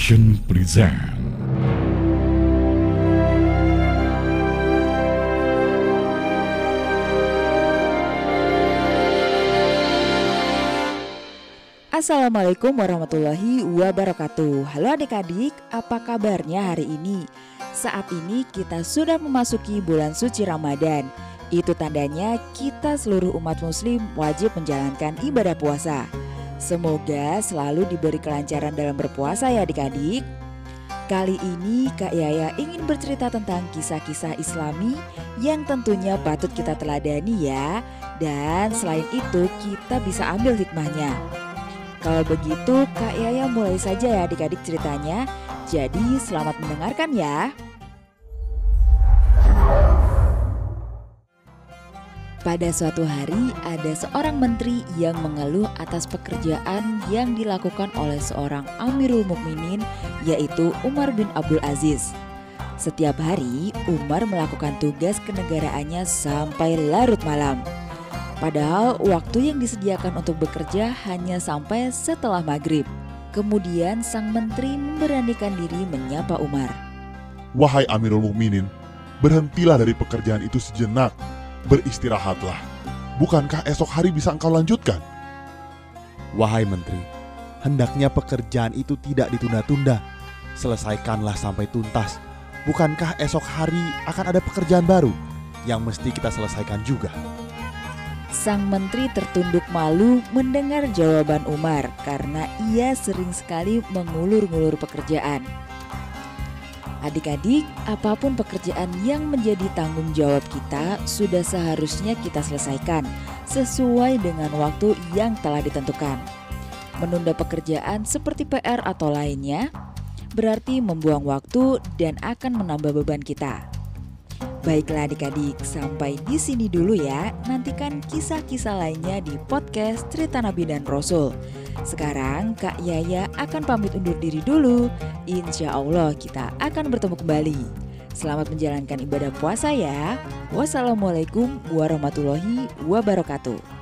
Production present. Assalamualaikum warahmatullahi wabarakatuh. Halo adik-adik, apa kabarnya hari ini? Saat ini kita sudah memasuki bulan suci Ramadan. Itu tandanya kita seluruh umat muslim wajib menjalankan ibadah puasa. Semoga selalu diberi kelancaran dalam berpuasa ya adik-adik. Kali ini Kak Yaya ingin bercerita tentang kisah-kisah Islami yang tentunya patut kita teladani ya. Dan selain itu kita bisa ambil hikmahnya. Kalau begitu Kak Yaya mulai saja ya adik-adik ceritanya. Jadi selamat mendengarkan ya. Pada suatu hari ada seorang menteri yang mengeluh atas pekerjaan yang dilakukan oleh seorang Amirul Mukminin, yaitu Umar bin Abdul Aziz. Setiap hari Umar melakukan tugas kenegaraannya sampai larut malam. Padahal waktu yang disediakan untuk bekerja hanya sampai setelah maghrib. Kemudian sang menteri memberanikan diri menyapa Umar. Wahai Amirul Mukminin, berhentilah dari pekerjaan itu sejenak. Beristirahatlah. Bukankah esok hari bisa engkau lanjutkan? Wahai menteri, hendaknya pekerjaan itu tidak ditunda-tunda. Selesaikanlah sampai tuntas. Bukankah esok hari akan ada pekerjaan baru yang mesti kita selesaikan juga? Sang menteri tertunduk malu mendengar jawaban Umar karena ia sering sekali mengulur-ngulur pekerjaan. Adik-adik, apapun pekerjaan yang menjadi tanggung jawab kita sudah seharusnya kita selesaikan sesuai dengan waktu yang telah ditentukan. Menunda pekerjaan seperti PR atau lainnya berarti membuang waktu dan akan menambah beban kita. Baiklah adik-adik, sampai di sini dulu ya. Nantikan kisah-kisah lainnya di podcast Cerita Nabi dan Rasul. Sekarang Kak Yaya akan pamit undur diri dulu. Insya Allah kita akan bertemu kembali. Selamat menjalankan ibadah puasa ya. Wassalamualaikum warahmatullahi wabarakatuh.